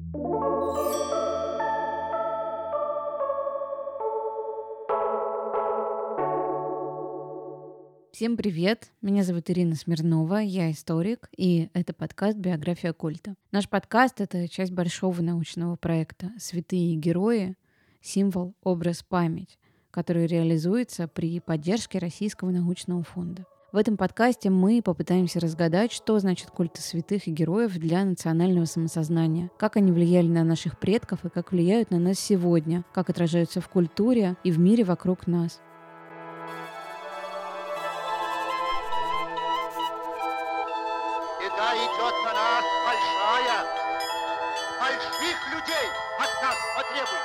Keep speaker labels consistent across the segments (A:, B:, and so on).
A: Всем привет! Меня зовут Ирина Смирнова, я историк, и это подкаст «Биография культа». Наш подкаст — это часть большого научного проекта «Святые герои. Символ, образ, память», который реализуется при поддержке Российского научного фонда. В этом подкасте мы попытаемся разгадать, что значит культы святых и героев для национального самосознания, как они влияли на наших предков и как влияют на нас сегодня, как отражаются в культуре и в мире вокруг нас.
B: Беда идет на нас большая. Больших людей от нас потребует.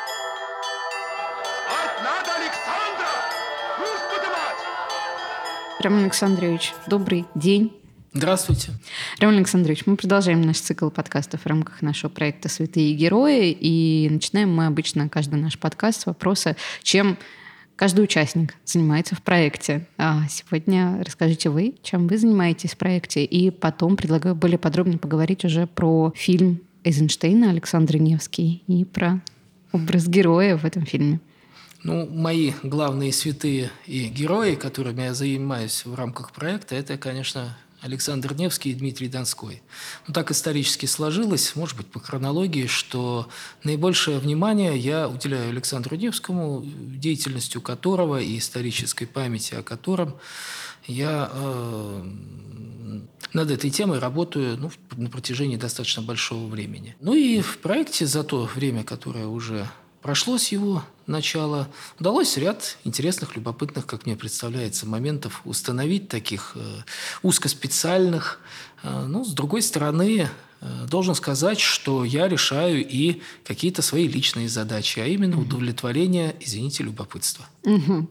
B: Надо Александра! Русь подымать!
A: Роман Александрович, добрый день.
C: Здравствуйте.
A: Роман Александрович, мы продолжаем наш цикл подкастов в рамках нашего проекта «Святые герои», и начинаем мы обычно каждый наш подкаст с вопроса, чем каждый участник занимается в проекте. А сегодня расскажите вы, чем вы занимаетесь в проекте, и потом предлагаю более подробно поговорить уже про фильм Эйзенштейна Александр Невский и про образ героя в этом фильме.
C: Мои главные святые и герои, которыми я занимаюсь в рамках проекта, это, конечно, Александр Невский и Дмитрий Донской. Так исторически сложилось, может быть, по хронологии, что наибольшее внимание я уделяю Александру Невскому, деятельностью которого и исторической памяти о котором я над этой темой работаю на протяжении достаточно большого времени. И в проекте за то время, которое уже прошло с его начала, удалось ряд интересных, любопытных, как мне представляется, моментов установить, таких узкоспециальных. С другой стороны, должен сказать, что я решаю и какие-то свои личные задачи, а именно удовлетворение, любопытства.
A: Угу.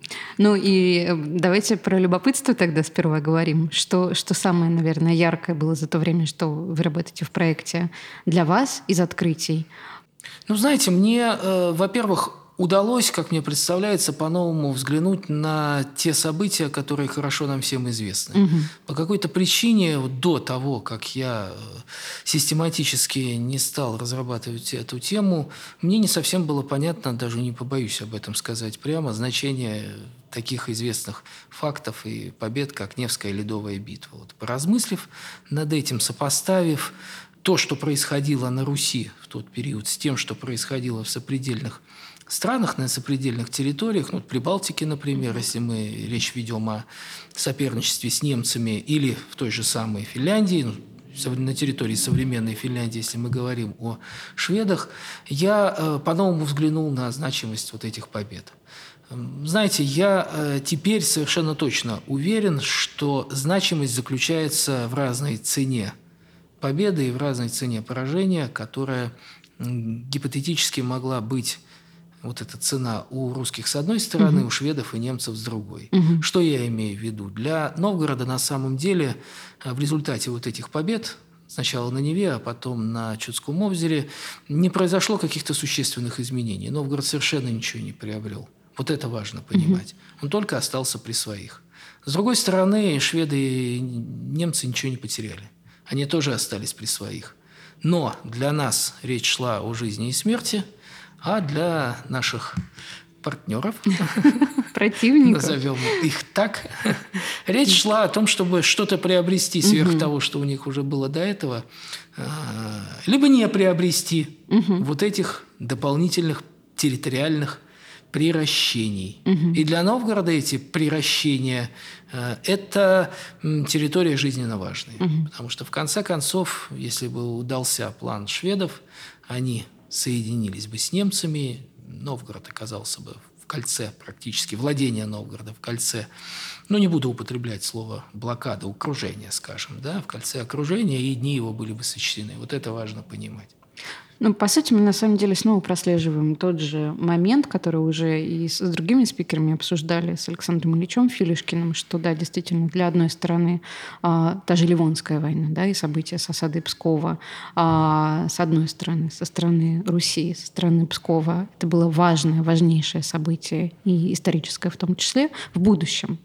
A: И давайте про любопытство тогда сперва говорим. Что самое, наверное, яркое было за то время, что вы работаете в проекте для вас из открытий?
C: Знаете, мне, во-первых, удалось, как мне представляется, по-новому взглянуть на те события, которые хорошо нам всем известны. Угу. По какой-то причине до того, как я систематически не стал разрабатывать эту тему, мне не совсем было понятно, даже не побоюсь об этом сказать прямо, значение таких известных фактов и побед, как Невская ледовая битва. Поразмыслив над этим, сопоставив то, что происходило на Руси в тот период, с тем, что происходило в сопредельных странах, на сопредельных территориях, Прибалтике, например, если мы речь ведем о соперничестве с немцами, или в той же самой Финляндии, на территории современной Финляндии, если мы говорим о шведах, я по-новому взглянул на значимость этих побед. Знаете, я теперь совершенно точно уверен, что значимость заключается в разной цене победы и в разной цене поражения, которая гипотетически могла быть эта цена у русских с одной стороны, у шведов и немцев с другой. Что я имею в виду? Для Новгорода на самом деле в результате этих побед, сначала на Неве, а потом на Чудском озере, не произошло каких-то существенных изменений. Новгород совершенно ничего не приобрел. Это важно понимать. Он только остался при своих. С другой стороны, шведы и немцы ничего не потеряли. Они тоже остались при своих. Но для нас речь шла о жизни и смерти, а для наших партнеров,
A: противников,
C: назовем их так, речь шла о том, чтобы что-то приобрести сверх того, что у них уже было до этого, либо не приобрести этих дополнительных территориальных приращений. И для Новгорода эти приращения – это территория жизненно важная. Потому что, в конце концов, если бы удался план шведов, они соединились бы с немцами, Новгород оказался бы в кольце практически, владение Новгорода в кольце, не буду употреблять слово блокада, окружение, скажем, в кольце окружения, и дни его были бы сочтены. Это важно понимать.
A: По сути, мы на самом деле снова прослеживаем тот же момент, который уже и с другими спикерами обсуждали, с Александром Ильичем Филишкиным, что, да, действительно, для одной стороны та же Ливонская война, и события с осадой Пскова, с одной стороны, со стороны Руси, со стороны Пскова, это было важнейшее событие, и историческое в том числе, в будущем.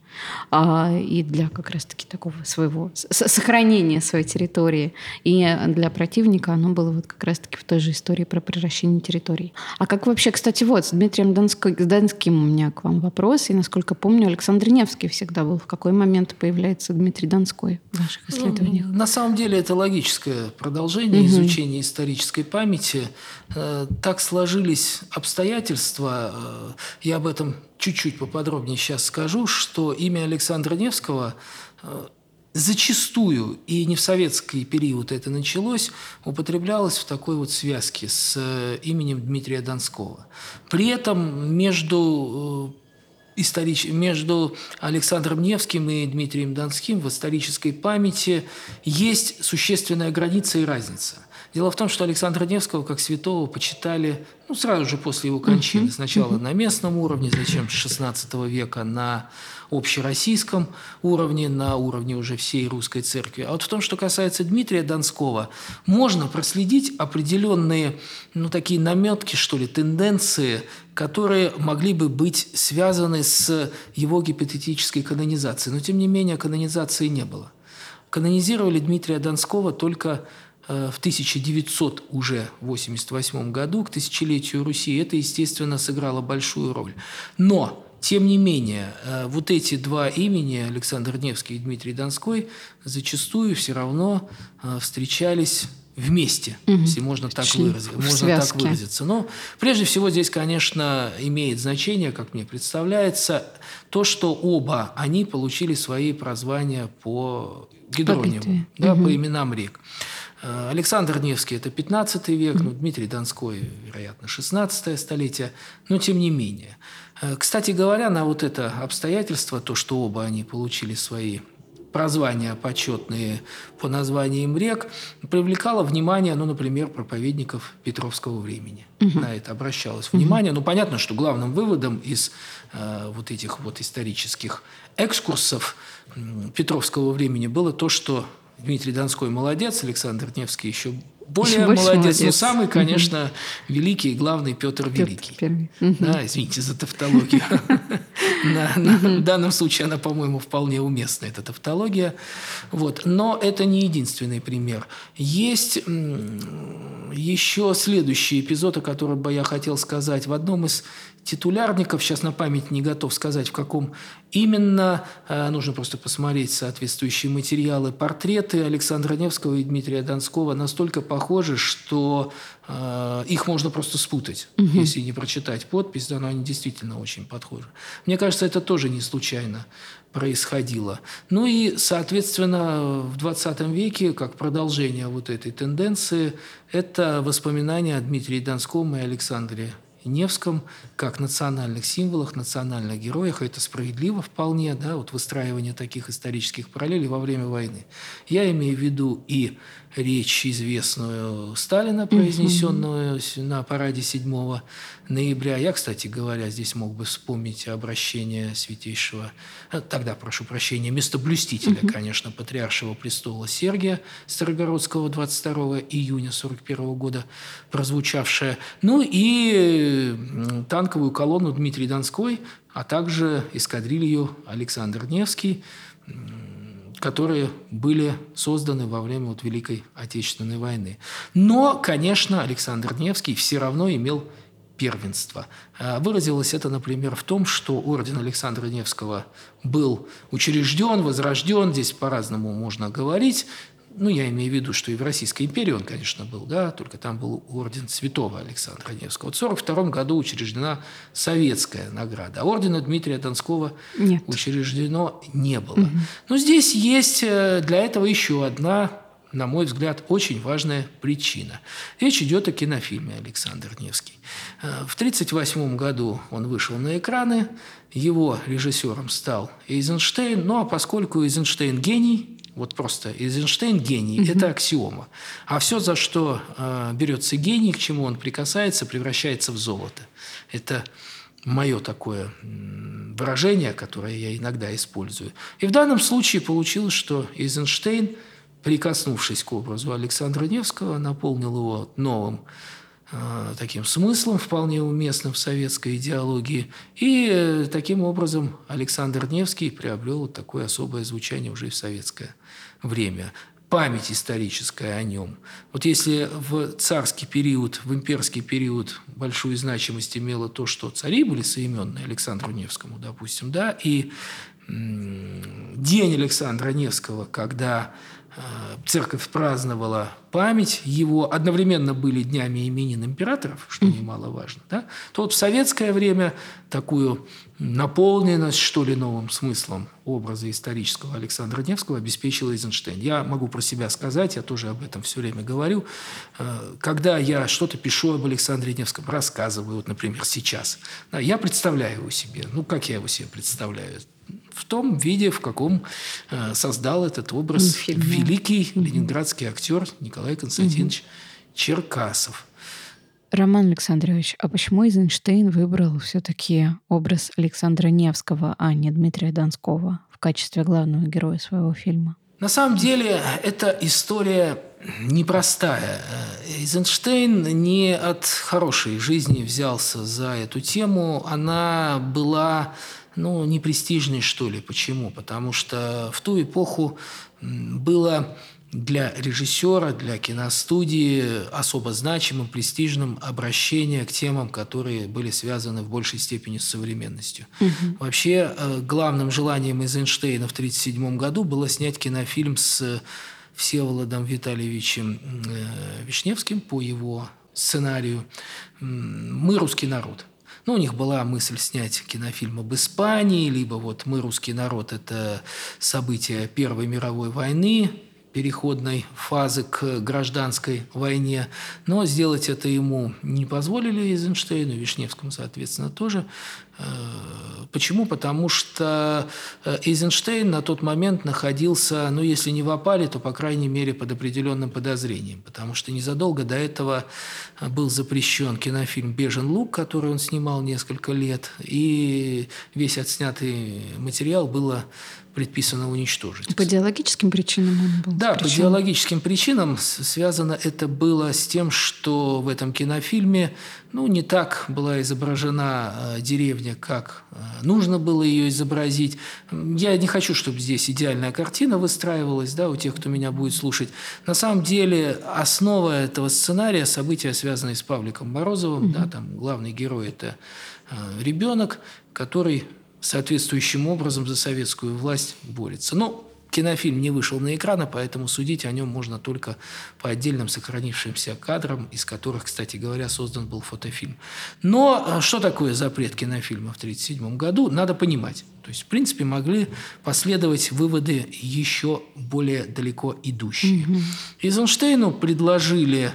A: И для как раз-таки такого своего сохранения своей территории. И для противника оно было как раз-таки в той же тоже истории про превращение территорий. А как вообще, кстати, вот с Дмитрием Донским у меня к вам вопрос. И, насколько помню, Александр Невский всегда был. В какой момент появляется Дмитрий Донской в ваших исследованиях?
C: На самом деле это логическое продолжение изучения исторической памяти. Так сложились обстоятельства, я об этом чуть-чуть поподробнее сейчас скажу, что имя Александра Невского зачастую, и не в советский период это началось, употреблялось в такой вот связке с именем Дмитрия Донского. При этом между Александром Невским и Дмитрием Донским в исторической памяти есть существенная граница и разница. Дело в том, что Александра Невского как святого почитали сразу же после его кончины. Сначала на местном уровне, затем с XVI века на общероссийском уровне, на уровне уже всей русской церкви. А вот в том, что касается Дмитрия Донского, можно проследить определенные, такие наметки, что ли, тенденции, которые могли бы быть связаны с его гипотетической канонизацией. Но, тем не менее, канонизации не было. Канонизировали Дмитрия Донского только в 1988 году, к тысячелетию Руси. Это, естественно, сыграло большую роль. Но, тем не менее, вот эти два имени, Александр Невский и Дмитрий Донской, зачастую все равно встречались вместе, если можно так выразиться. Но прежде всего здесь, конечно, имеет значение, как мне представляется, то, что оба они получили свои прозвания по гидрониму, по именам рек. Александр Невский – это 15 век, Дмитрий Донской, вероятно, 16 столетие, но тем не менее. Кстати говоря, на вот это обстоятельство, то, что оба они получили свои прозвания почетные по названиям рек, привлекало внимание, например, проповедников Петровского времени. На это обращалось внимание. Понятно, что главным выводом из вот этих вот исторических экскурсов Петровского времени было то, что Дмитрий Донской молодец, Александр Невский еще более молодец. Но самый, конечно, великий и главный Петр Великий. Да, извините за тавтологию. В данном случае она, по-моему, вполне уместна, эта тавтология. Но это не единственный пример. Есть еще следующий эпизод, о котором бы я хотел сказать. В одном из титулярников, сейчас на память не готов сказать, в каком именно, нужно просто посмотреть соответствующие материалы, портреты Александра Невского и Дмитрия Донского настолько похожи, что их можно просто спутать, если не прочитать подпись, но они действительно очень похожи. Мне кажется, это тоже не случайно происходило. И, соответственно, в XX веке, как продолжение вот этой тенденции, это воспоминания о Дмитрии Донском и Александре Невском как национальных символах, национальных героях. Это справедливо вполне, выстраивание таких исторических параллелей во время войны. Я имею в виду и речь известную Сталина, произнесенную на параде 7 ноября. Я, кстати говоря, здесь мог бы вспомнить обращение святейшего, тогда, прошу прощения, местоблюстителя, конечно, патриаршего престола Сергия Старогородского 22 июня 1941 года, прозвучавшее. И танковую колонну Дмитрий Донской, а также эскадрилью Александр Невский, которые были созданы во время Великой Отечественной войны. Но, конечно, Александр Невский все равно имел первенство. Выразилось это, например, в том, что орден Александра Невского был учрежден, возрожден, здесь по-разному можно говорить. Я имею в виду, что и в Российской империи он, конечно, был, только там был орден святого Александра Невского. В 1942 году учреждена советская награда, а ордена Дмитрия Донского учреждено не было. Но здесь есть для этого еще одна, на мой взгляд, очень важная причина. Речь идет о кинофильме «Александр Невский». В 1938 году он вышел на экраны, его режиссером стал Эйзенштейн, а поскольку Эйзенштейн гений, просто Эйзенштейн гений, это аксиома. А все, за что берется гений, к чему он прикасается, превращается в золото. Это мое такое выражение, которое я иногда использую. И в данном случае получилось, что Эйзенштейн, прикоснувшись к образу Александра Невского, наполнил его новым таким смыслом, вполне уместным в советской идеологии. И таким образом Александр Невский приобрел такое особое звучание уже и в советское время. память историческая о нем. Вот если в царский период, в имперский период большую значимость имело то, что цари были соименные Александру Невскому, допустим, да, и день Александра Невского, когда церковь праздновала память его, одновременно были днями именин императоров, что немаловажно, да, то вот в советское время такую наполненность, что ли, новым смыслом образа исторического Александра Невского обеспечил Эйзенштейн. Я могу про себя сказать, я тоже об этом все время говорю. Когда я что-то пишу об Александре Невском, рассказываю, вот, например, сейчас, да, я представляю его себе. Ну, как я его себе представляю? В том виде, в каком создал этот образ великий ленинградский актер Николай Константинович Черкасов.
A: Роман Александрович, а почему Эйзенштейн выбрал все-таки образ Александра Невского, а не Дмитрия Донского в качестве главного героя своего фильма?
C: На самом деле, эта история непростая. Эйзенштейн не от хорошей жизни взялся за эту тему. Она была, не престижной, что ли. Почему? Потому что в ту эпоху было для режиссера, для киностудии особо значимым, престижным обращение к темам, которые были связаны в большей степени с современностью. Вообще, главным желанием Эйзенштейна в 1937 году было снять кинофильм с Всеволодом Витальевичем Вишневским по его сценарию «Мы русский народ». У них была мысль снять кинофильм об Испании, либо вот «Мы русский народ» – это события Первой мировой войны, переходной фазы к гражданской войне. Но сделать это ему не позволили Эйзенштейну, Вишневскому, соответственно, тоже. Почему? Потому что Эйзенштейн на тот момент находился, если не в опале, то, по крайней мере, под определенным подозрением. Потому что незадолго до этого был запрещен кинофильм «Бежен луг», который он снимал несколько лет, и весь отснятый материал было предписано уничтожить.
A: По идеологическим причинам он был?
C: Да, по идеологическим причинам связано это было с тем, что в этом кинофильме не так была изображена деревня, как нужно было ее изобразить. Я не хочу, чтобы здесь идеальная картина выстраивалась, у тех, кто меня будет слушать. На самом деле основа этого сценария – события, связанные с Павликом Морозовым. Там главный герой – это ребенок, который соответствующим образом за советскую власть борется. Кинофильм не вышел на экраны, поэтому судить о нем можно только по отдельным сохранившимся кадрам, из которых, кстати говоря, создан был фотофильм. Но что такое запрет кинофильма в 1937 году, надо понимать. То есть, в принципе, могли последовать выводы еще более далеко идущие. Эйзенштейну предложили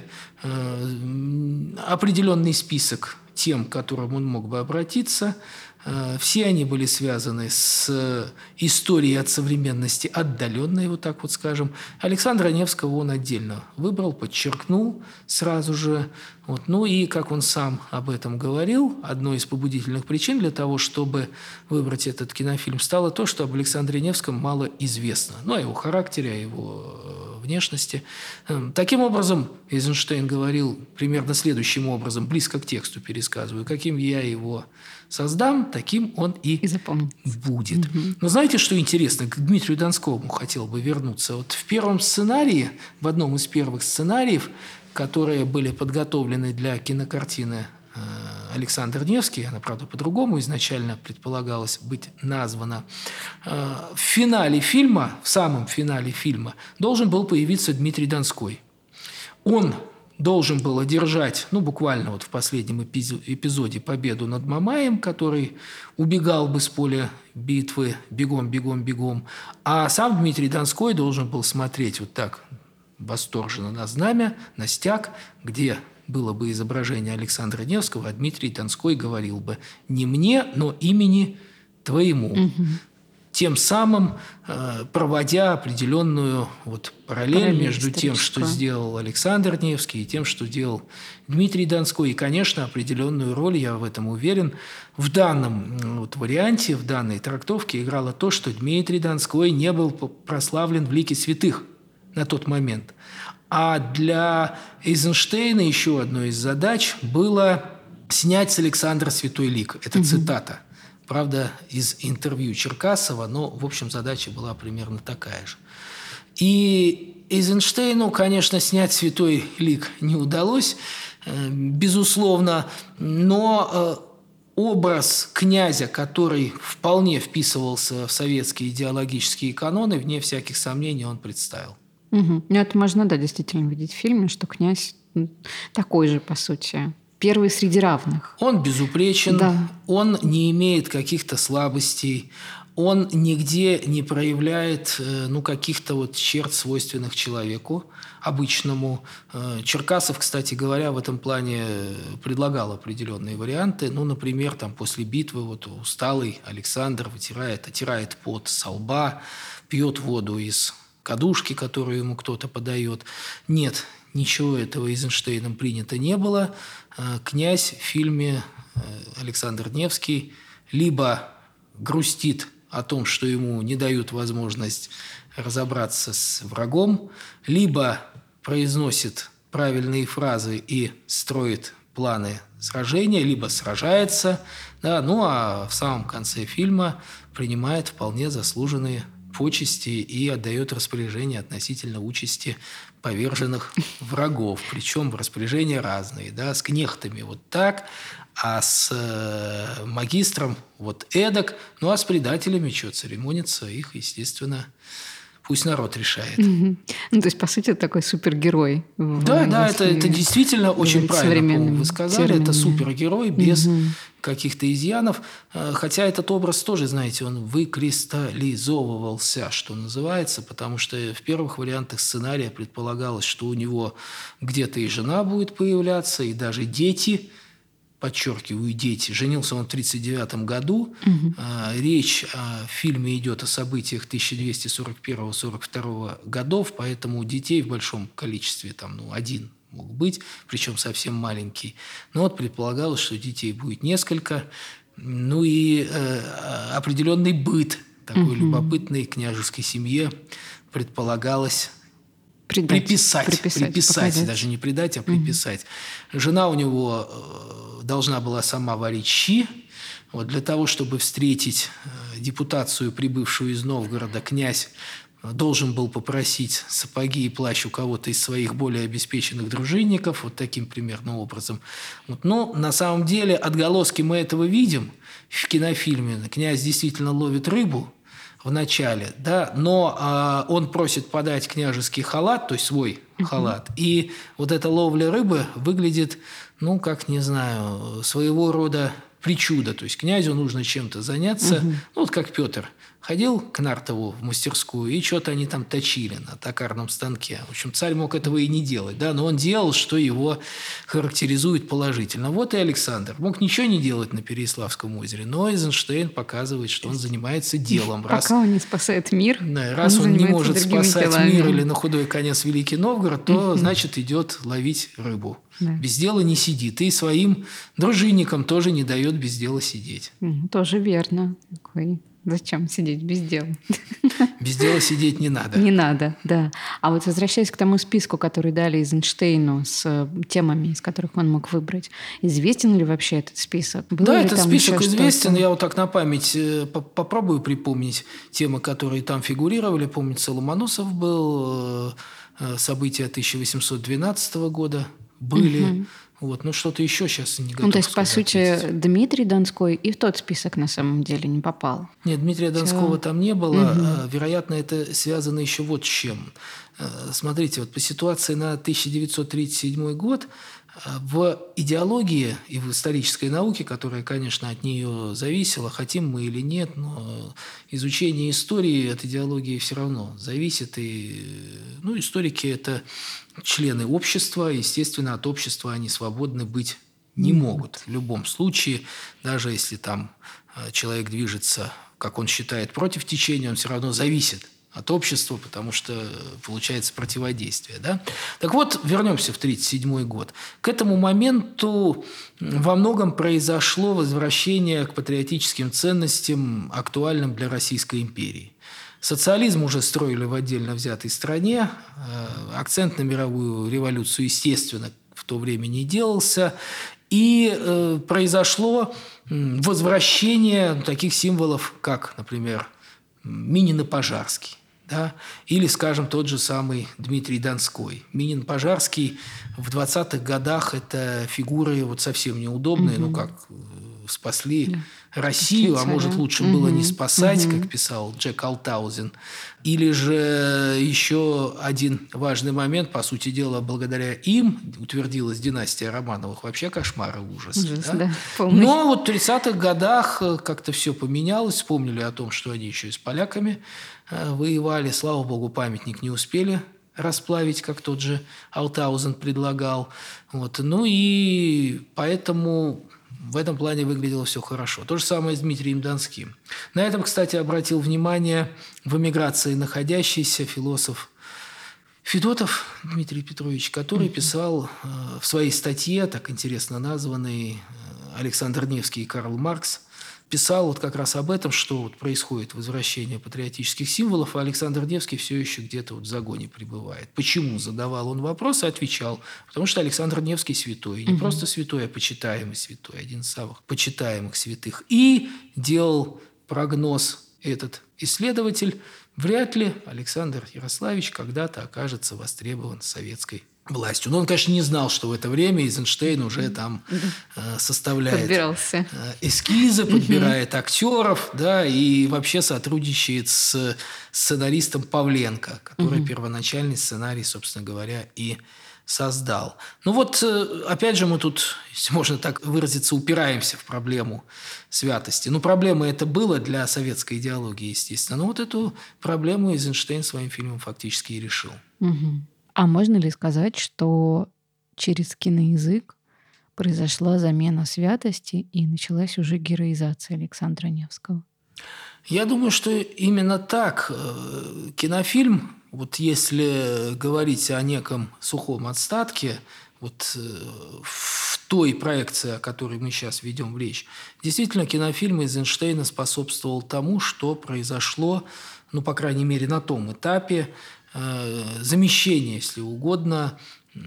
C: определенный список тем, к которым он мог бы обратиться. Все они были связаны с историей от современности отдаленной, вот так вот скажем. Александра Невского он отдельно выбрал, подчеркнул сразу же. И, как он сам об этом говорил, одной из побудительных причин для того, чтобы выбрать этот кинофильм, стало то, что об Александре Невском мало известно. О его характере, о его внешности. Таким образом, Эйзенштейн говорил примерно следующим образом, близко к тексту пересказываю, каким я его создам, таким он и будет. Но знаете, что интересно? К Дмитрию Донскому хотел бы вернуться. В первом сценарии, в одном из первых сценариев, которые были подготовлены для кинокартины «Александр Невский», она, правда, по-другому изначально предполагалось быть названа, в финале фильма, в самом финале фильма, должен был появиться Дмитрий Донской. Он должен был одержать, буквально в последнем эпизоде, победу над Мамаем, который убегал бы с поля битвы бегом, бегом, бегом. А сам Дмитрий Донской должен был смотреть вот так восторженно на знамя, на стяг, где было бы изображение Александра Невского, а Дмитрий Донской говорил бы «не мне, но имени твоему». Тем самым проводя определенную параллель между тем, что сделал Александр Невский, и тем, что делал Дмитрий Донской. И, конечно, определенную роль, я в этом уверен, в данном варианте, в данной трактовке играло то, что Дмитрий Донской не был прославлен в лике святых на тот момент. А для Эйзенштейна еще одной из задач было снять с Александра святой лик. Это цитата. Правда, из интервью Черкасова, но, в общем, задача была примерно такая же. И Эйзенштейну, конечно, снять «Святой лик» не удалось, безусловно, но образ князя, который вполне вписывался в советские идеологические каноны, вне всяких сомнений, он представил.
A: Ну, это можно, да, действительно видеть в фильме, что князь такой же, по сути, первый среди равных.
C: Он безупречен,
A: да.
C: Он не имеет каких-то слабостей, он нигде не проявляет каких-то вот черт, свойственных человеку обычному. Черкасов, кстати говоря, в этом плане предлагал определенные варианты. Например, там после битвы вот усталый Александр отирает пот со лба, пьет воду из кадушки, которую ему кто-то подает. Нет, ничего этого Эйзенштейном принято не было. Князь в фильме Александр Невский либо грустит о том, что ему не дают возможность разобраться с врагом, либо произносит правильные фразы и строит планы сражения, либо сражается, да, а в самом конце фильма принимает вполне заслуженные почести и отдает распоряжение относительно участи поверженных врагов. Причем распоряжения разные, да, с кнехтами вот так, а с магистром вот эдак, а с предателями что, церемониться, их, естественно, пусть народ решает.
A: То есть, по сути, это такой супергерой.
C: Да, это действительно очень правильно вы сказали. Терминами. Это супергерой без каких-то изъянов. Хотя этот образ тоже, знаете, он выкристаллизовывался, что называется, потому что в первых вариантах сценария предполагалось, что у него где-то и жена будет появляться, и даже дети. Подчеркиваю, дети. Женился он в 1939 году. Речь в фильме идет о событиях 1241-42 годов, поэтому у детей в большом количестве, один мог быть, причем совсем маленький. Но предполагалось, что детей будет несколько. И определенный быт такой любопытной княжеской семье предполагалось приписать, даже не предать, а приписать. Жена у него должна была сама варить щи. Для того, чтобы встретить депутацию, прибывшую из Новгорода, князь должен был попросить сапоги и плащ у кого-то из своих более обеспеченных дружинников, таким примерно образом. Но на самом деле отголоски мы этого видим в кинофильме. Князь действительно ловит рыбу в начале, да, но он просит подать княжеский халат, то есть свой халат, и эта ловля рыбы выглядит, своего рода причуда, то есть князю нужно чем-то заняться, как Петр ходил к Нартову в мастерскую, и что-то они там точили на токарном станке. В общем, царь мог этого и не делать, да, но он делал, что его характеризует положительно. И Александр мог ничего не делать на Переяславском озере, но Эйзенштейн показывает, что он занимается делом.
A: Пока он не спасает мир,
C: раз он не может спасать мир или на худой конец Великий Новгород, то, значит, идет ловить рыбу. Да. Без дела не сидит. И своим дружинникам тоже не дает без дела сидеть.
A: Тоже верно. Зачем сидеть без дела?
C: Без дела сидеть не надо.
A: Не надо, да. А возвращаясь к тому списку, который дали Эйзенштейну с темами, из которых он мог выбрать, известен ли вообще этот список?
C: Да, этот список известен. Я так на память попробую припомнить темы, которые там фигурировали. Помнится, Ломоносов был, события 1812 года были. Что-то еще сейчас не готов
A: то есть, по сути, Дмитрий Донской и в тот список на самом деле не попал.
C: Нет, Дмитрия Донского там не было. Вероятно, это связано еще с чем. Смотрите, по ситуации на 1937 год в идеологии и в исторической науке, которая, конечно, от нее зависела, хотим мы или нет, но изучение истории от идеологии все равно зависит. И, историки – это члены общества, естественно, от общества они свободны быть не могут. В любом случае, даже если там человек движется, как он считает, против течения, он все равно зависит от общества, потому что получается противодействие. Да? Так вернемся в 1937 год. К этому моменту во многом произошло возвращение к патриотическим ценностям, актуальным для Российской империи. Социализм уже строили в отдельно взятой стране, акцент на мировую революцию, естественно, в то время не делался, и произошло возвращение таких символов, как, например, Минин и Пожарский. Да? Или, скажем, тот же самый Дмитрий Донской. Минин, Пожарский в 20-х годах – это фигуры вот совсем неудобные, ну как спасли Россию, а может лучше было не спасать, как писал Джек Алтаузен. Или же еще один важный момент, по сути дела, благодаря им утвердилась династия Романовых. Вообще кошмар и ужас.
A: Ужас,
C: да?
A: да, полный.
C: Но вот в 30-х годах как-то все поменялось, вспомнили о том, что они еще и с поляками воевали. Слава богу, памятник не успели расплавить, как тот же Алтаузен предлагал. Вот. Ну и поэтому в этом плане выглядело все хорошо. То же самое с Дмитрием Донским. На этом, кстати, обратил внимание в эмиграции находящийся философ Федотов Дмитрий Петрович, который писал в своей статье, так интересно названной «Александр Невский и Карл Маркс», писал вот как раз об этом, что вот происходит возвращение патриотических символов, а Александр Невский все еще где-то вот в загоне пребывает. Почему? Задавал он вопрос и отвечал. Потому что Александр Невский святой. И не просто святой, а почитаемый святой. Один из самых почитаемых святых. И делал прогноз этот исследователь. Вряд ли Александр Ярославич когда-то окажется востребован советской властью. Но он, конечно, не знал, что в это время Эйзенштейн уже там составляет эскизы, подбирает актеров, да, и вообще сотрудничает с сценаристом Павленко, который первоначальный сценарий, собственно говоря, и создал. Ну вот, опять же, мы тут, если можно так выразиться, упираемся в проблему святости. Ну, проблема это была для советской идеологии, естественно. Но вот эту проблему Эйзенштейн своим фильмом фактически и решил.
A: А можно ли сказать, что через киноязык произошла замена святости и началась уже героизация Александра Невского?
C: Я думаю, что именно так. Кинофильм, вот если говорить о неком сухом остатке, вот в той проекции, о которой мы сейчас ведем речь, действительно кинофильм Эйзенштейна способствовал тому, что произошло, ну, по крайней мере, на том этапе, замещение, если угодно,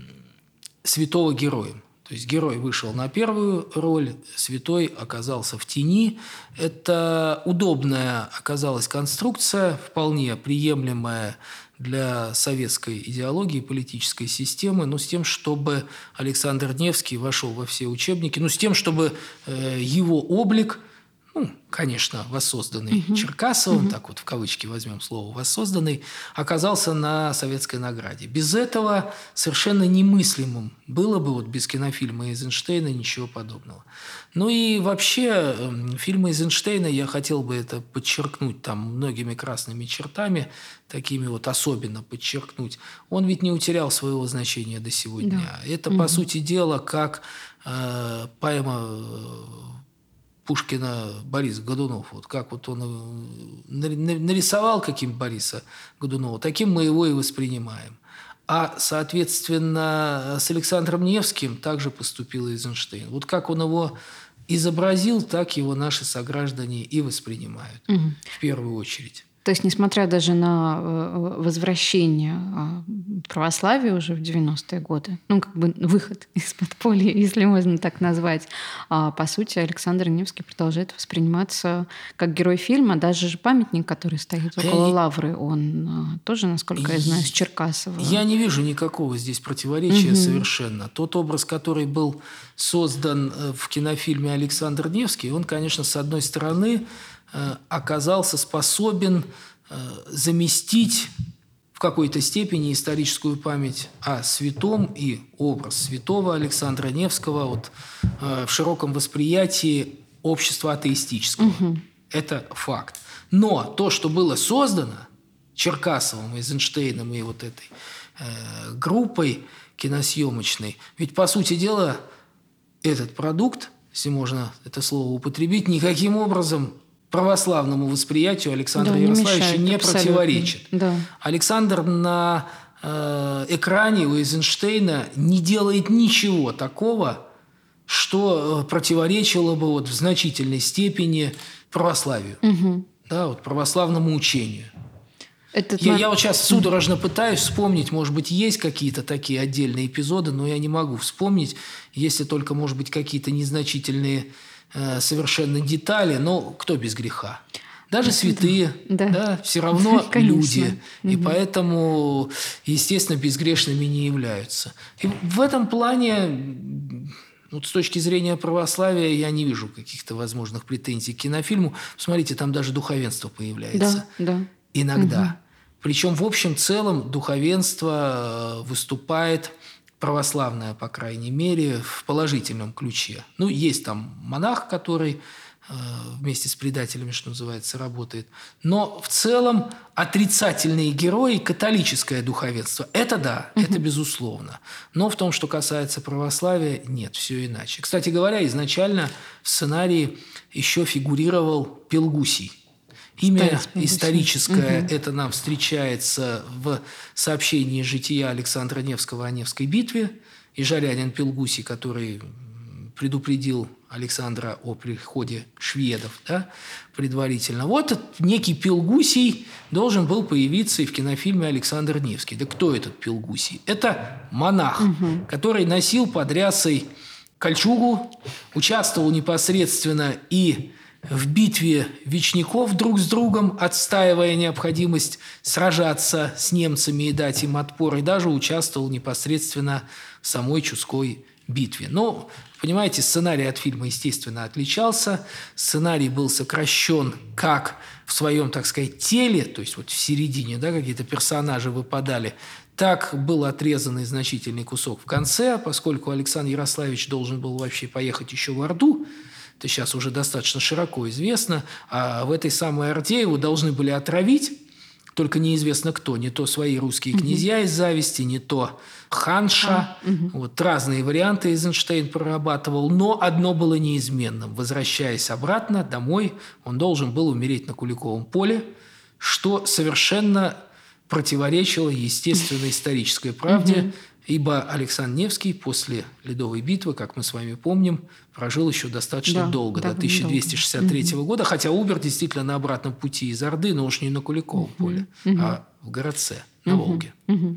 C: святого героем. То есть герой вышел на первую роль, святой оказался в тени. Это удобная оказалась конструкция, вполне приемлемая для советской идеологии, политической системы, но с тем, чтобы Александр Невский вошел во все учебники, с тем, чтобы его облик, конечно, воссозданный Черкасовым, так вот в кавычки возьмем слово «воссозданный», оказался на советской награде. Без этого совершенно немыслимым было бы, вот без кинофильма Эйзенштейна, ничего подобного. Ну и вообще, фильм Эйзенштейна, я хотел бы это подчеркнуть там многими красными чертами, такими вот особенно подчеркнуть, он ведь не утерял своего значения до сего дня. Это, по сути дела, как поэма Пушкина Борис Годунов. Вот как вот он нарисовал каким Бориса Годунова, таким мы его и воспринимаем. А, соответственно, с Александром Невским также поступил Эйзенштейн. Вот как он его изобразил, так его наши сограждане и воспринимают в первую очередь.
A: То есть, несмотря даже на возвращение православия уже в 90-е годы, выход из подполья, если можно так назвать, по сути, Александр Невский продолжает восприниматься как герой фильма. Даже же памятник, который стоит около Лавры, он тоже, насколько я знаю, с Черкасова.
C: Я не вижу никакого здесь противоречия совершенно. Тот образ, который был создан в кинофильме «Александр Невский», он, конечно, с одной стороны, оказался способен заместить в какой-то степени историческую память о святом и образ святого Александра Невского вот, в широком восприятии общества атеистического. Это факт. Но то, что было создано Черкасовым, Эйзенштейном и вот этой группой киносъемочной, ведь, по сути дела, этот продукт, если можно это слово употребить, никаким образом православному восприятию Александра Ярославича не противоречит.
A: Да.
C: Александр на экране у Эйзенштейна не делает ничего такого, что противоречило бы вот в значительной степени православию, да, вот православному учению. Я вот сейчас судорожно пытаюсь вспомнить, может быть, есть какие-то такие отдельные эпизоды, но я не могу вспомнить, если только, может быть, какие-то незначительные совершенно детали, но кто без греха? Даже святые, да, все равно люди. И поэтому, естественно, безгрешными не являются. И в этом плане, вот с точки зрения православия, я не вижу каких-то возможных претензий к кинофильму. Смотрите, там даже духовенство появляется. Иногда. Причем в общем целом духовенство выступает, православное, по крайней мере, в положительном ключе. Ну, есть там монах, который вместе с предателями, что называется, работает. Но в целом отрицательные герои – католическое духовенство. Это да, это безусловно. Но в том, что касается православия, нет, все иначе. Кстати говоря, изначально в сценарии еще фигурировал Пелгусий. Имя историческое, это нам встречается в сообщении жития Александра Невского о Невской битве. И Жарянин Пелгусий, который предупредил Александра о приходе шведов, да, предварительно. Вот этот некий Пелгусий должен был появиться и в кинофильме «Александр Невский». Да кто этот Пелгусий? Это монах, который носил под рясой кольчугу, участвовал непосредственно и в битве вечников друг с другом, отстаивая необходимость сражаться с немцами и дать им отпор, и даже участвовал непосредственно в самой Чудской битве. Но, понимаете, сценарий от фильма, естественно, отличался. Сценарий был сокращен как в своем, так сказать, теле, то есть вот в середине, да, какие-то персонажи выпадали, так был отрезанный значительный кусок в конце, поскольку Александр Ярославич должен был вообще поехать еще в Орду. Это сейчас уже достаточно широко известно. А в этой самой Орде его должны были отравить, только неизвестно кто. Не то свои русские князья из зависти, не то ханша. Вот разные варианты Эйзенштейн прорабатывал. Но одно было неизменным. Возвращаясь обратно домой, он должен был умереть на Куликовом поле, что совершенно противоречило естественной исторической правде, ибо Александр Невский после Ледовой битвы, как мы с вами помним, прожил еще достаточно долго, до 1263 года, хотя умер действительно на обратном пути из Орды, но уж не на Куликовом поле, а в городце на Волге.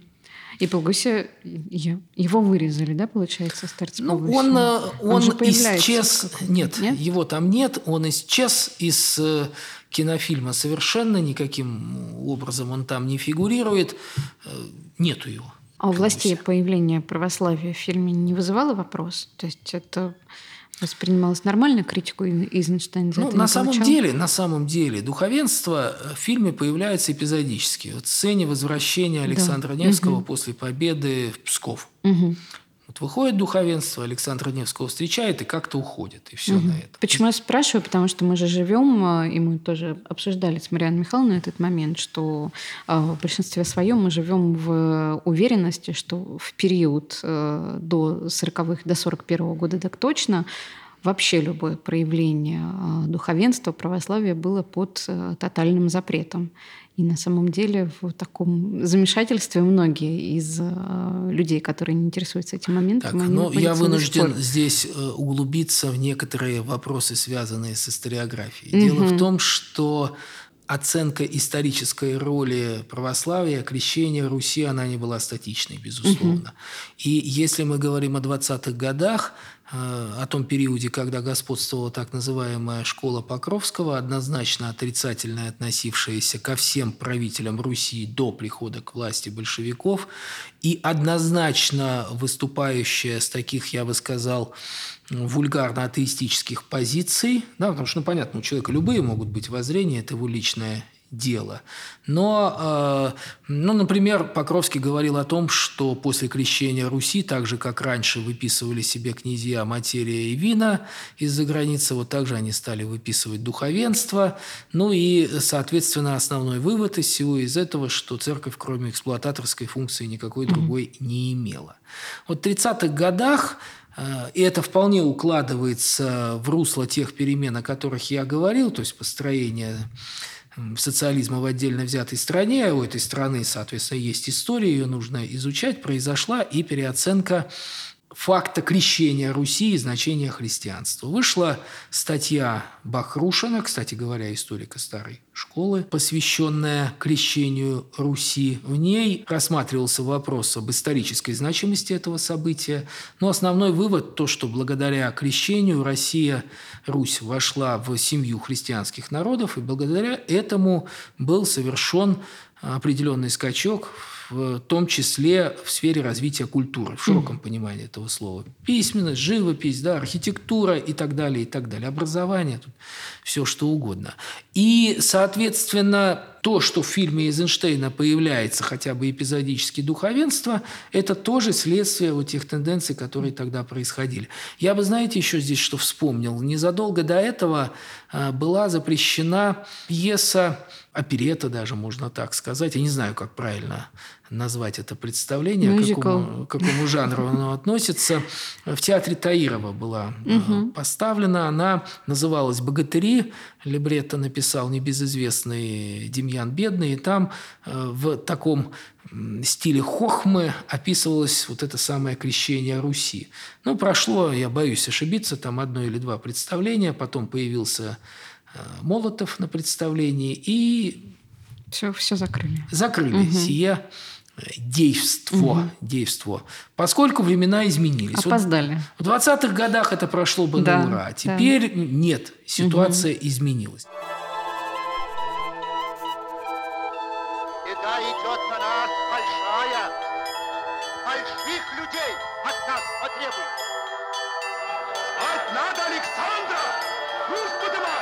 A: И Пелгусия, его вырезали, да, получается, старец Пелгусия?
C: Он исчез. Нет, его там нет. Он исчез из кинофильма совершенно, никаким образом он там не фигурирует. Нету его.
A: А у властей появление православия в фильме не вызывало вопрос? То есть это воспринималось нормально, критику Эйзенштейн за это
C: на самом деле, духовенство в фильме появляется эпизодически. Вот в сцене возвращения Александра Невского после победы в Псков. Вот выходит духовенство, Александра Невского встречает и как-то уходит. И все на этом.
A: Почему я спрашиваю? Потому что мы же живем, и мы тоже обсуждали с Марианной Михайловной этот момент, что в большинстве своем мы живем в уверенности, что в период до 40-х, до 41-го года так точно, вообще любое проявление духовенства, православия было под тотальным запретом. И на самом деле в таком замешательстве многие из людей, которые не интересуются этим моментом,
C: я вынужден здесь углубиться в некоторые вопросы, связанные с историографией. Дело в том, что оценка исторической роли православия, крещения Руси, она не была статичной, безусловно. И если мы говорим о 20-х годах, о том периоде, когда господствовала так называемая школа Покровского, однозначно отрицательно относившаяся ко всем правителям Руси до прихода к власти большевиков и однозначно выступающая с таких, я бы сказал, вульгарно-атеистических позиций, да, потому что, понятно, у человека любые могут быть воззрения, это его личное дело. Но, например, Покровский говорил о том, что после крещения Руси, так же, как раньше выписывали себе князья материя и вина из-за границы, вот так же они стали выписывать духовенство. Ну и, соответственно, основной вывод из всего из этого, что церковь, кроме эксплуататорской функции, никакой другой не имела. Вот в 30-х годах, и это вполне укладывается в русло тех перемен, о которых я говорил, то есть построение социализма в отдельно взятой стране, у этой страны, соответственно, есть история, ее нужно изучать, произошла и переоценка факта крещения Руси и значения христианства. Вышла статья Бахрушина, кстати говоря, историка старой школы, посвященная крещению Руси. В ней рассматривался вопрос об исторической значимости этого события. Но основной вывод – то, что благодаря крещению Русь вошла в семью христианских народов, и благодаря этому был совершен определенный скачок, в том числе в сфере развития культуры, в широком понимании этого слова. Письменность, живопись, да, архитектура и так далее, образование, тут все что угодно. И, соответственно, то, что в фильме Эйзенштейна появляется хотя бы эпизодически духовенство, это тоже следствие вот тех тенденций, которые тогда происходили. Я бы, знаете, еще здесь что вспомнил. Незадолго до этого была запрещена пьеса, оперетта даже, можно так сказать. Я не знаю, как правильно назвать это представление, к какому жанру оно относится. В театре Таирова была поставлена. Она называлась «Богатыри». Либретто написал небезызвестный Демьян Бедный. И там в таком стиле хохмы описывалось вот это самое крещение Руси. Ну, прошло, я боюсь ошибиться, там 1 или 2 представления. Потом появился Молотов на представлении. И
A: все закрыли.
C: Закрыли сие действо, поскольку времена изменились.
A: Опоздали.
C: В 20-х годах это прошло бы на ура. Теперь нет, ситуация изменилась.
B: Беда идет на нас большая. Больших людей от нас потребует. Звать надо Александра! Пусть подымать!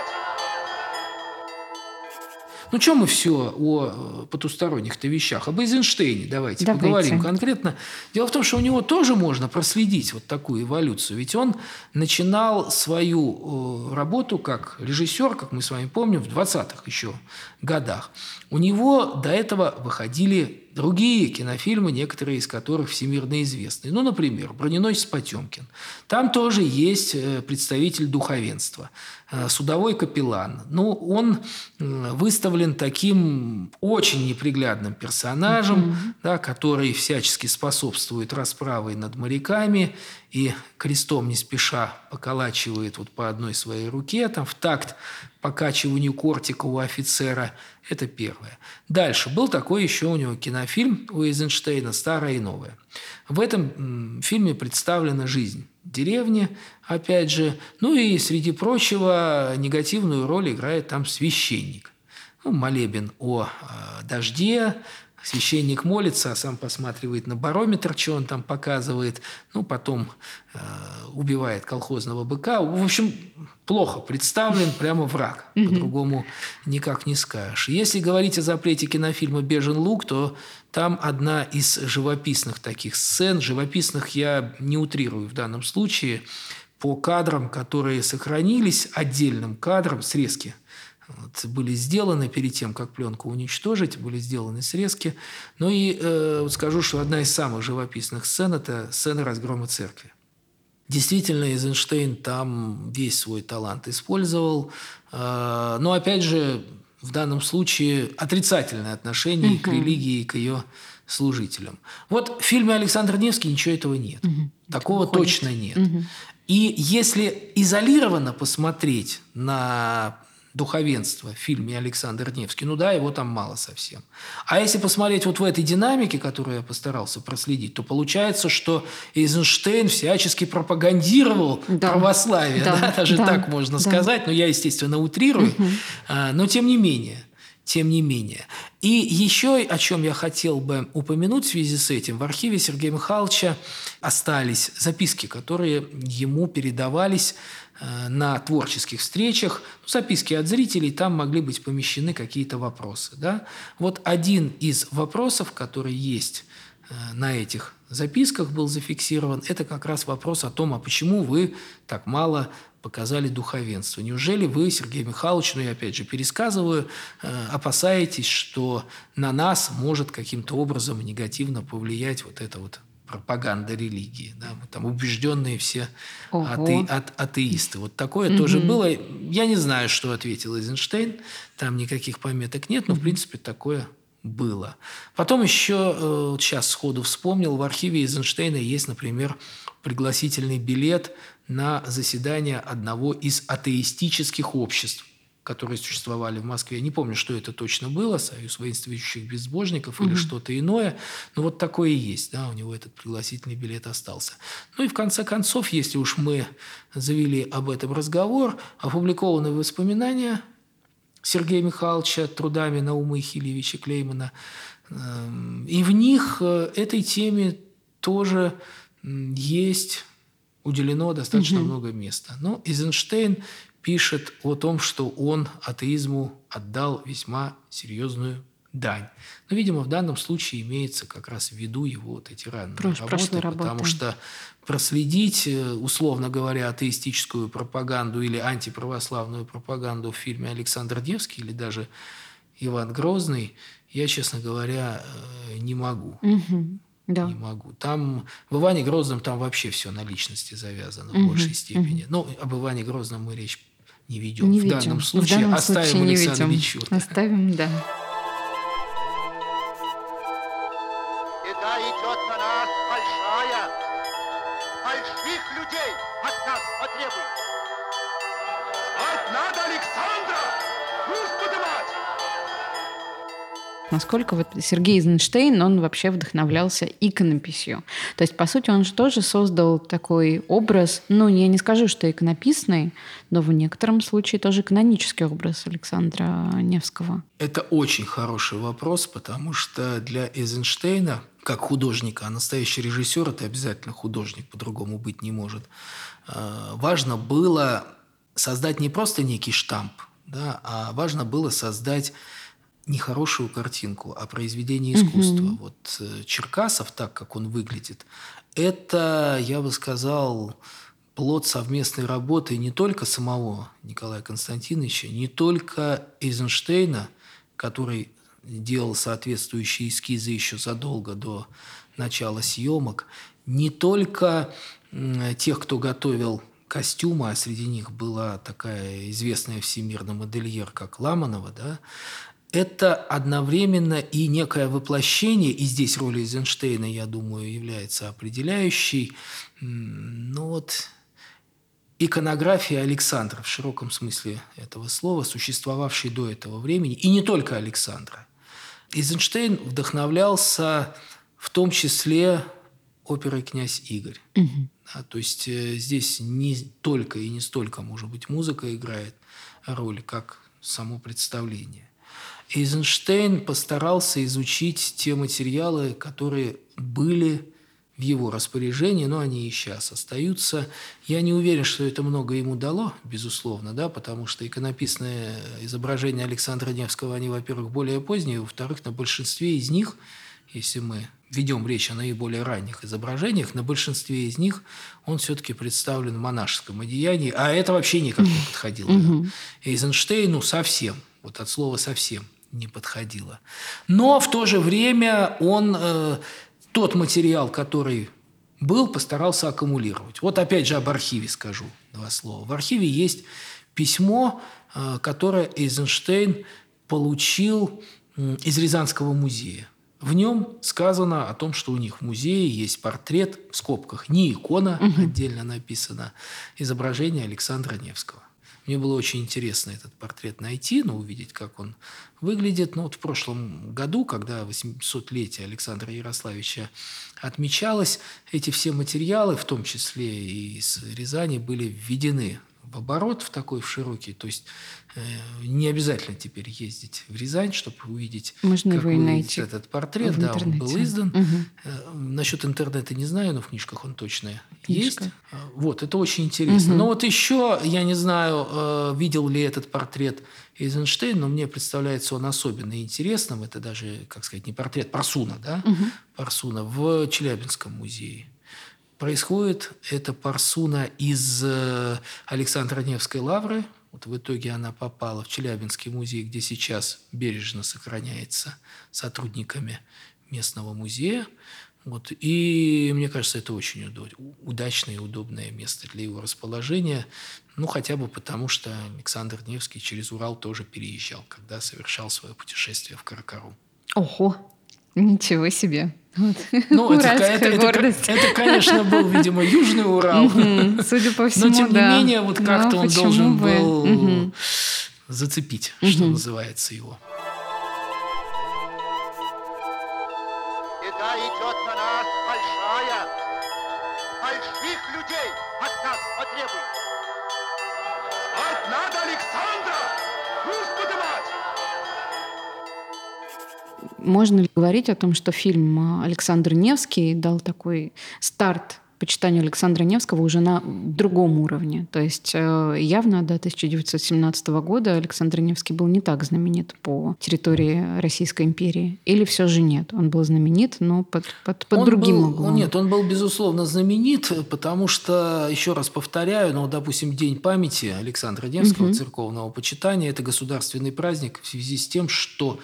C: Ну, что мы все о потусторонних-то вещах? Об Эйзенштейне давайте поговорим конкретно. Дело в том, что у него тоже можно проследить вот такую эволюцию. Ведь он начинал свою работу как режиссер, как мы с вами помним, в 20-х еще годах. У него до этого выходили другие кинофильмы, некоторые из которых всемирно известны. Ну, например, «Броненосец Потемкин». Там тоже есть представитель духовенства, судовой капеллан. Ну, он выставлен таким очень неприглядным персонажем, да, который всячески способствует расправе над моряками и крестом не спеша поколачивает вот по одной своей руке, там, в такт покачиванию кортика у офицера. Это первое. Дальше. Был такой еще у него кинофильм у Эйзенштейна «Старое и новое». В этом фильме представлена жизнь деревни, опять же. Ну и, среди прочего, негативную роль играет там священник. Ну, молебен о дожде. Священник молится, а сам посматривает на барометр, что он там показывает. Ну, потом убивает колхозного быка. В общем, плохо представлен, прямо враг. По-другому никак не скажешь. Если говорить о запрете кинофильма «Бежен лук», то там одна из живописных таких сцен. Живописных я не утрирую в данном случае. По кадрам, которые сохранились, отдельным кадрам, срезки были сделаны перед тем, как пленку уничтожить, были сделаны срезки. Ну и скажу, что одна из самых живописных сцен – это сцена разгрома церкви. Действительно, Эйзенштейн там весь свой талант использовал. Но, опять же, в данном случае отрицательное отношение и к религии, и к ее служителям. Вот в фильме «Александр Невский» ничего этого нет. Такого точно нет. И если изолированно посмотреть на духовенство в фильме «Александр Невский», ну да, его там мало совсем. А если посмотреть вот в этой динамике, которую я постарался проследить, то получается, что Эйзенштейн всячески пропагандировал православие. Да, даже так можно сказать. Но я, естественно, утрирую. Но тем не менее. И еще о чем я хотел бы упомянуть в связи с этим. В архиве Сергея Михайловича остались записки, которые ему передавались на творческих встречах. Записки от зрителей, там могли быть помещены какие-то вопросы. Да? Вот один из вопросов, который есть на этих записках, был зафиксирован, это как раз вопрос о том, а почему вы так мало показали духовенство. Неужели вы, Сергей Михайлович, ну я опять же пересказываю, опасаетесь, что на нас может каким-то образом негативно повлиять вот это вот пропаганда религии. Да? Мы там убежденные все атеисты. Вот такое тоже было. Я не знаю, что ответил Эйзенштейн. Там никаких пометок нет, но, в принципе, такое было. Потом еще, сейчас сходу вспомнил, в архиве Эйзенштейна есть, например, пригласительный билет на заседание одного из атеистических обществ, которые существовали в Москве. Я не помню, что это точно было, Союз воинствующих безбожников или что-то иное, но вот такое и есть, да, у него этот пригласительный билет остался. Ну и в конце концов, если уж мы завели об этом разговор, опубликованы воспоминания Сергея Михайловича трудами Наума Ихильевича Клеймана, и в них этой теме тоже есть уделено достаточно много места. Но Эйзенштейн пишет о том, что он атеизму отдал весьма серьезную дань. Но, видимо, в данном случае имеется как раз в виду его вот эти ранние работы, потому что проследить, условно говоря, атеистическую пропаганду или антиправославную пропаганду в фильме «Александр Невский» или даже «Иван Грозный» я, честно говоря, не могу.
A: Да.
C: Не могу. Там в Иване Грозном там вообще все на личности завязано в большей степени. Но об Иване Грозном мы речь не ведем.
A: Не
C: в
A: ведем.
C: Данном случае оставим Александру Ильичу.
A: Оставим, да.
B: Беда идет на нас большая. Больших людей от нас потребует. Звать надо Александра! Господи мать!
A: Насколько вот Сергей Эйзенштейн, он вообще вдохновлялся иконописью. То есть, по сути, он же тоже создал такой образ, ну, я не скажу, что иконописный, но в некотором случае тоже канонический образ Александра Невского.
C: Это очень хороший вопрос, потому что для Эйзенштейна, как художника, а настоящий режиссер – это обязательно художник, по-другому быть не может, важно было создать не просто некий штамп, да, а важно было создать не хорошую картинку, а произведение искусства. Вот Черкасов, так как он выглядит, это, я бы сказал, плод совместной работы не только самого Николая Константиновича, не только Эйзенштейна, который делал соответствующие эскизы еще задолго до начала съемок, не только тех, кто готовил костюмы, а среди них была такая известная всемирная модельер, как Ламанова, да, это одновременно и некое воплощение, и здесь роль Эйзенштейна, я думаю, является определяющей, иконографии Александра в широком смысле этого слова, существовавшей до этого времени, и не только Александра. Эйзенштейн вдохновлялся в том числе оперой «Князь Игорь». Да, то есть здесь не только и не столько, может быть, музыка играет роль, как само представление. Эйзенштейн постарался изучить те материалы, которые были в его распоряжении, но они и сейчас остаются. Я не уверен, что это много ему дало, безусловно, да, потому что иконописные изображения Александра Невского, они, во-первых, более поздние, во-вторых, на большинстве из них, если мы ведем речь о наиболее ранних изображениях, на большинстве из них он все-таки представлен в монашеском одеянии, а это вообще никак не подходило. Эйзенштейну совсем, вот от слова «совсем» не подходило. Но в то же время он тот материал, который был, постарался аккумулировать. Вот опять же об архиве скажу два слова. В архиве есть письмо, которое Эйзенштейн получил из Рязанского музея. В нем сказано о том, что у них в музее есть портрет, в скобках, не икона, отдельно написано, изображение Александра Невского. Мне было очень интересно этот портрет найти, увидеть, как он выглядит. Но вот в прошлом году, когда 800-летие Александра Ярославича отмечалось, эти все материалы, в том числе и из Рязани, были введены в оборот, в такой в широкий. То есть не обязательно теперь ездить в Рязань, чтобы увидеть,
A: можно
C: как
A: его
C: выглядит этот портрет. Да, он был издан. Насчет интернета не знаю, но в книжках он точно есть. Вот, это очень интересно. Но вот еще, я не знаю, видел ли этот портрет Эйзенштейн, но мне представляется он особенно интересным. Это даже, как сказать, не портрет, парсуна, да? Парсуна в Челябинском музее. Происходит эта парсуна из Александра Невской лавры. Вот в итоге она попала в Челябинский музей, где сейчас бережно сохраняется сотрудниками местного музея. Вот. И мне кажется, это очень удачное и удобное место для его расположения. Хотя бы потому, что Александр Невский через Урал тоже переезжал, когда совершал свое путешествие в Каракарум.
A: Ого, ничего себе. Вот.
C: Ну,
A: Уральская гордость.
C: это, конечно, был, видимо, Южный Урал.
A: Судя по всему,
C: Но, тем
A: да.
C: не менее, вот как-то
A: Но
C: он
A: почему
C: должен
A: бы?
C: был зацепить, что называется, его.
B: Беда идет на нас большая. Больших людей от нас потребует. Звать надо Александра! Пусть подымать!
A: Можно ли говорить о том, что фильм «Александр Невский» дал такой старт почитанию Александра Невского уже на другом уровне? То есть явно до 1917 года Александр Невский был не так знаменит по территории Российской империи. Или все же нет? Он был знаменит, но под другим углом.
C: Нет, он был, безусловно, знаменит, потому что, еще раз повторяю, допустим, День памяти Александра Невского, церковного почитания, это государственный праздник в связи с тем, что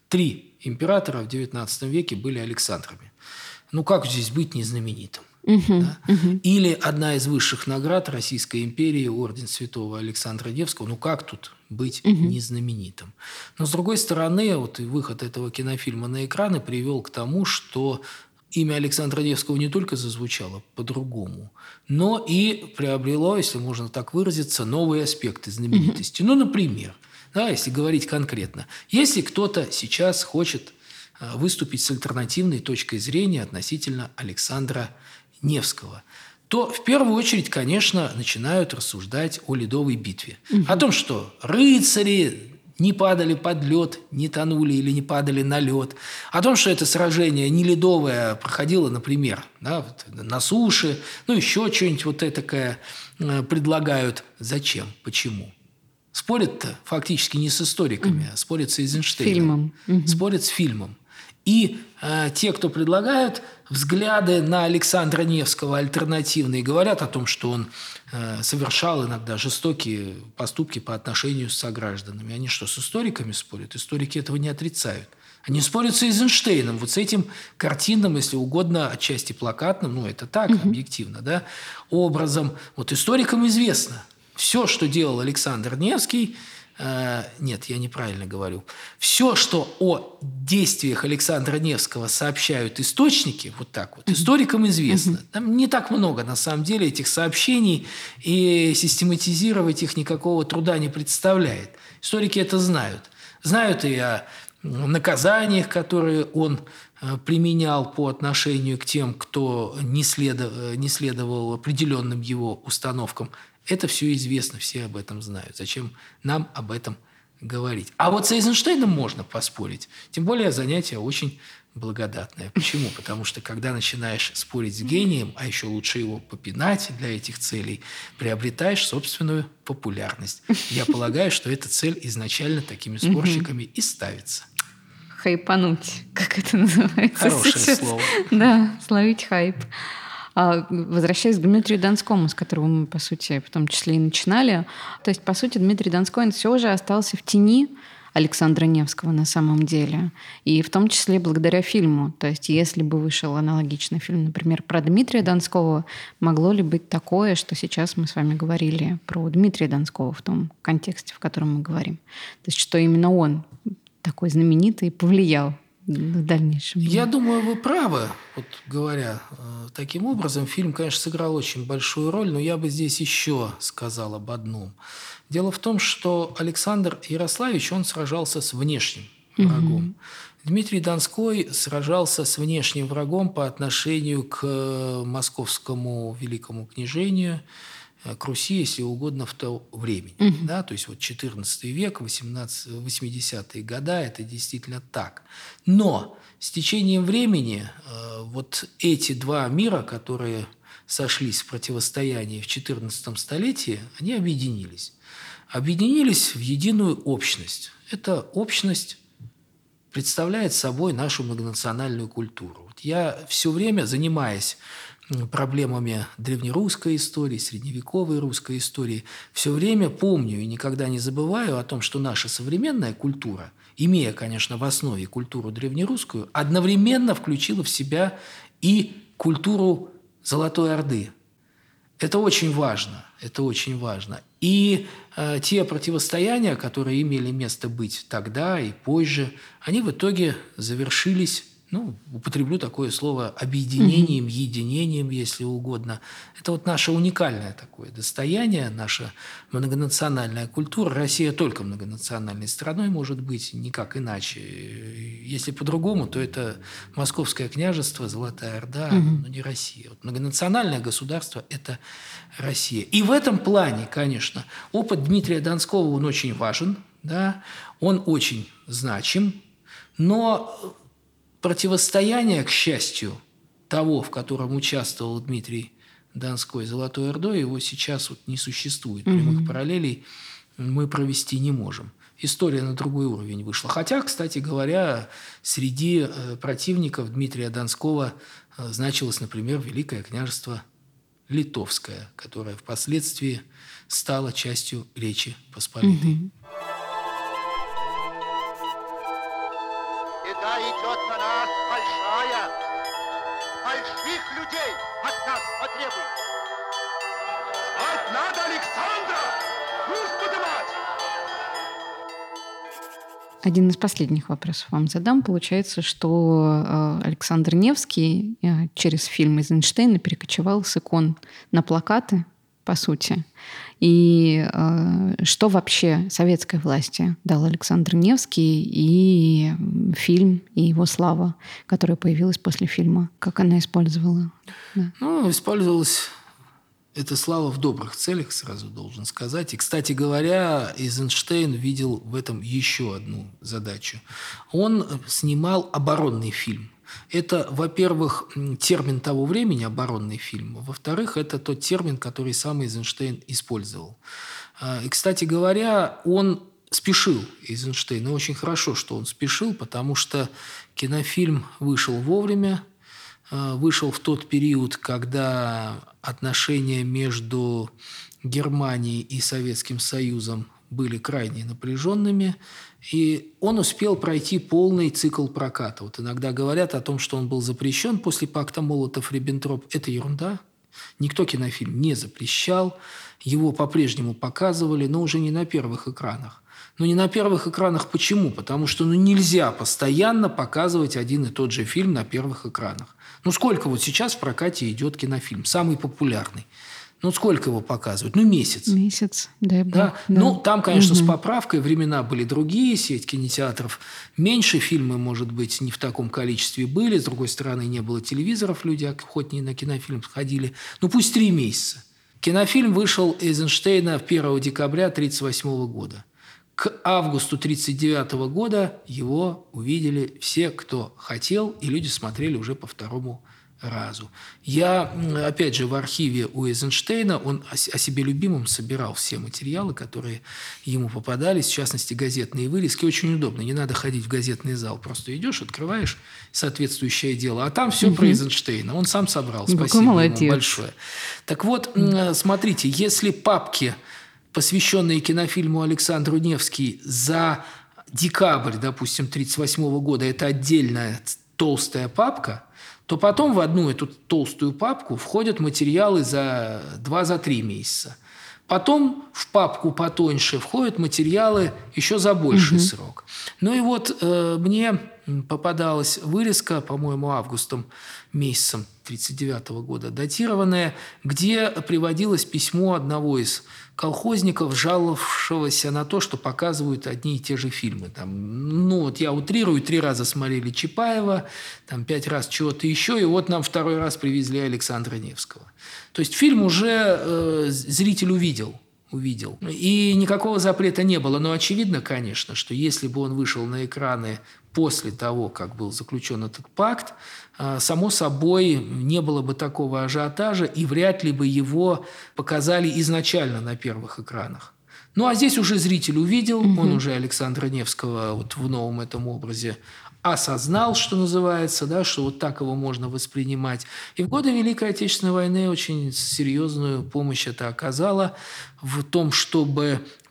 C: 3 императора в XIX веке были Александрами. Как здесь быть незнаменитым? Да? Или одна из высших наград Российской империи, орден Святого Александра Невского. Как тут быть незнаменитым? Но, с другой стороны, вот и выход этого кинофильма на экраны привел к тому, что имя Александра Невского не только зазвучало по-другому, но и приобрело, если можно так выразиться, новые аспекты знаменитости. Например, если говорить конкретно, если кто-то сейчас хочет выступить с альтернативной точкой зрения относительно Александра Невского, то в первую очередь, конечно, начинают рассуждать о Ледовой битве. О том, что рыцари не падали под лед, не тонули или не падали на лед. О том, что это сражение не ледовое проходило, например, на суше, еще что-нибудь вот этакое предлагают. Зачем? Почему? Спорят-то фактически не с историками, а спорят с Эйзенштейном. Спорят с фильмом. И те, кто предлагают взгляды на Александра Невского альтернативные, говорят о том, что он совершал иногда жестокие поступки по отношению с согражданами. Они что, с историками спорят? Историки этого не отрицают. Они спорят с Эйзенштейном, вот с этим картинным, если угодно, отчасти плакатным, это так, объективно, образом. Вот историкам известно. Все, что делал Александр Невский, нет, я неправильно говорю. Все, что о действиях Александра Невского сообщают источники, вот так вот, историкам известно. Там не так много, на самом деле, этих сообщений, и систематизировать их никакого труда не представляет. Историки это знают. Знают и о наказаниях, которые он применял по отношению к тем, кто не следовал определенным его установкам. Это все известно, все об этом знают. Зачем нам об этом говорить? А вот с Эйзенштейном можно поспорить. Тем более занятие очень благодатное. Почему? Потому что когда начинаешь спорить с гением, а еще лучше его попинать для этих целей, приобретаешь собственную популярность. Я полагаю, что эта цель изначально такими спорщиками и ставится.
A: Хайпануть, как это называется
C: Хорошее
A: сейчас.
C: слово.
A: Да, словить хайп. Возвращаясь к Дмитрию Донскому, с которого мы, по сути, в том числе и начинали. То есть, по сути, Дмитрий Донской все же остался в тени Александра Невского на самом деле. И в том числе благодаря фильму. То есть, если бы вышел аналогичный фильм, например, про Дмитрия Донского, могло ли быть такое, что сейчас мы с вами говорили про Дмитрия Донского в том контексте, в котором мы говорим? То есть, что именно он такой знаменитый повлиял в дальнейшем.
C: Я думаю, вы правы. Вот говоря таким образом, фильм, конечно, сыграл очень большую роль, но я бы здесь еще сказал об одном. Дело в том, что Александр Ярославич, он сражался с внешним врагом. Дмитрий Донской сражался с внешним врагом по отношению к московскому великому княжению, к Руси, если угодно, в то время. То есть вот 14 век, 80-е годы, это действительно так. Но с течением времени вот эти два мира, которые сошлись в противостоянии в 14 столетии, они объединились. Объединились в единую общность. Эта общность представляет собой нашу многонациональную культуру. Вот я все время, занимаясь проблемами древнерусской истории, средневековой русской истории, все время помню и никогда не забываю о том, что наша современная культура, имея, конечно, в основе культуру древнерусскую, одновременно включила в себя и культуру Золотой Орды. Это очень важно. Это очень важно. И те противостояния, которые имели место быть тогда и позже, они в итоге завершились, употреблю такое слово, объединением, единением, если угодно. Это вот наше уникальное такое достояние, наша многонациональная культура. Россия только многонациональной страной может быть, никак иначе. Если по-другому, то это Московское княжество, Золотая Орда, но не Россия. Вот многонациональное государство – это Россия. И в этом плане, конечно, опыт Дмитрия Донского, он очень важен, да? Он очень значим, но противостояние, к счастью, того, в котором участвовал Дмитрий Донской Золотой Ордой, его сейчас вот не существует. Прямых параллелей мы провести не можем. История на другой уровень вышла. Хотя, кстати говоря, среди противников Дмитрия Донского значилось, например, Великое княжество Литовское, которое впоследствии стало частью Речи Посполитой.
B: Беда идет на нас большая. Больших людей от нас потребует. Звать надо Александра! Русь подымать!
A: Один из последних вопросов вам задам. Получается, что Александр Невский через фильм «Эйзенштейн» перекочевал с икон на плакаты, по сути. И что вообще советской власти дал Александр Невский и фильм, и его слава, которая появилась после фильма? Как она использовала? Да.
C: Использовалась эта слава в добрых целях, сразу должен сказать. И, кстати говоря, Эйзенштейн видел в этом еще одну задачу. Он снимал оборонный фильм. Это, во-первых, термин того времени, оборонный фильм. Во-вторых, это тот термин, который сам Эйзенштейн использовал. И, кстати говоря, он спешил, Эйзенштейн, и очень хорошо, что он спешил, потому что кинофильм вышел вовремя, вышел в тот период, когда отношения между Германией и Советским Союзом были крайне напряженными, и он успел пройти полный цикл проката. Вот иногда говорят о том, что он был запрещен после пакта Молотов-Риббентроп. Это ерунда. Никто кинофильм не запрещал. Его по-прежнему показывали, но уже не на первых экранах. Но не на первых экранах почему? Потому что нельзя постоянно показывать один и тот же фильм на первых экранах. Сколько вот сейчас в прокате идет кинофильм? Самый популярный. Сколько его показывают? Месяц.
A: Месяц, дай бог.
C: Да?
A: Да.
C: Там, конечно, с поправкой. Времена были другие, сеть кинотеатров меньше, фильмы, может быть, не в таком количестве были. С другой стороны, не было телевизоров, люди охотнее на кинофильм ходили. Пусть 3 месяца. Кинофильм вышел Эйзенштейна 1 декабря 1938 года. К августу 1939 года его увидели все, кто хотел, и люди смотрели уже по второму разу. Я, опять же, в архиве у Эйзенштейна, он о себе любимом собирал все материалы, которые ему попадались, в частности, газетные вырезки. Очень удобно, не надо ходить в газетный зал. Просто идешь, открываешь соответствующее дело, а там все про Эйзенштейна. Он сам собрал. Спасибо ему большое. Так вот, смотрите, если папки, посвященные кинофильму Александру Невский за декабрь, допустим, 1938 года, это отдельная толстая папка, то потом в одну эту толстую папку входят материалы за 2-3 месяца. Потом в папку потоньше входят материалы еще за больший срок. И вот мне попадалась вырезка, по-моему, августом месяцем 1939 года датированная, где приводилось письмо одного из колхозников, жаловавшегося на то, что показывают одни и те же фильмы. Я утрирую, 3 раза смотрели Чапаева, 5 раз чего-то еще, и вот нам 2-й раз привезли Александра Невского. То есть фильм уже зритель увидел. И никакого запрета не было. Но очевидно, конечно, что если бы он вышел на экраны после того, как был заключен этот пакт, само собой, не было бы такого ажиотажа, и вряд ли бы его показали изначально на первых экранах. А здесь уже зритель увидел, он уже Александра Невского вот в новом этом образе осознал, что называется, да, что вот так его можно воспринимать. И в годы Великой Отечественной войны очень серьезную помощь это оказало в том, чтобы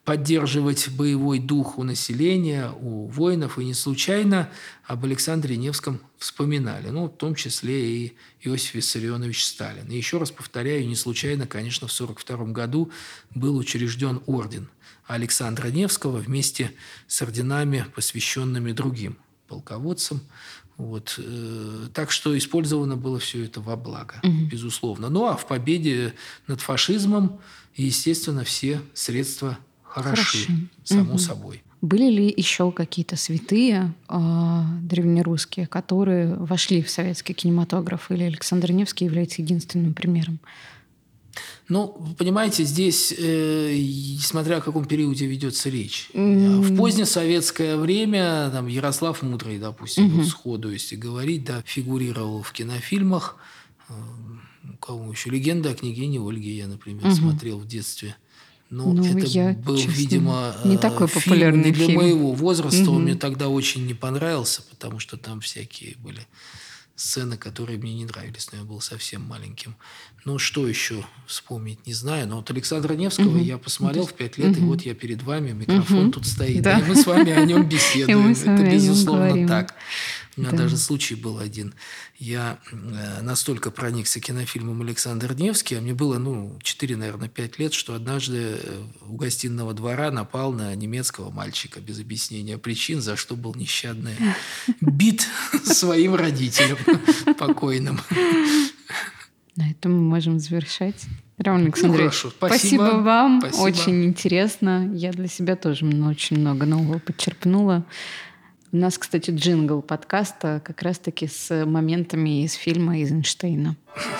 C: поддерживать боевой дух у населения, у воинов. И не случайно об Александре Невском вспоминали. В том числе и Иосиф Виссарионович Сталин. И еще раз повторяю, не случайно, конечно, в 1942 году был учрежден орден Александра Невского вместе с орденами, посвященными другим полководцам. Так что использовано было все это во благо, безусловно. А в победе над фашизмом, естественно, все средства хороши, само собой.
A: Были ли еще какие-то святые древнерусские, которые вошли в советский кинематограф, или Александр Невский является единственным примером?
C: Вы понимаете, здесь, смотря о каком периоде ведется речь. В позднесоветское время Ярослав Мудрый, допустим, сходу, если говорить, фигурировал в кинофильмах. Кого еще? «Легенда о княгине Ольге» я, например, смотрел в детстве. Это был, видимо,
A: не такой
C: фильм не для
A: фильм.
C: моего возраста. Он мне тогда очень не понравился, потому что там всякие были сцены, которые мне не нравились, но я был совсем маленьким. Что еще вспомнить, не знаю. Но Александра Невского я посмотрел в 5 лет, и я перед вами, микрофон тут стоит. Да. И мы с вами о нем беседуем. Это, безусловно, так. У меня даже случай был один. Я настолько проникся кинофильмом «Александр Невский», а мне было, 4, наверное, 5 лет, что однажды у гостиного двора напал на немецкого мальчика без объяснения причин, за что был нещадно бит своим родителям покойным.
A: На этом мы можем завершать. Роман Александрович,
C: хорошо.
A: Спасибо вам.
C: Спасибо.
A: Очень интересно. Я для себя тоже очень много нового подчерпнула. У нас, кстати, джингл подкаста как раз-таки с моментами из фильма «Эйзенштейна».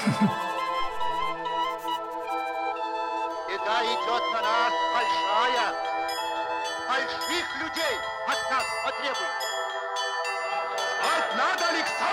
B: Беда идет на нас большая. Больших людей от нас потребует. Спать надо, Александр!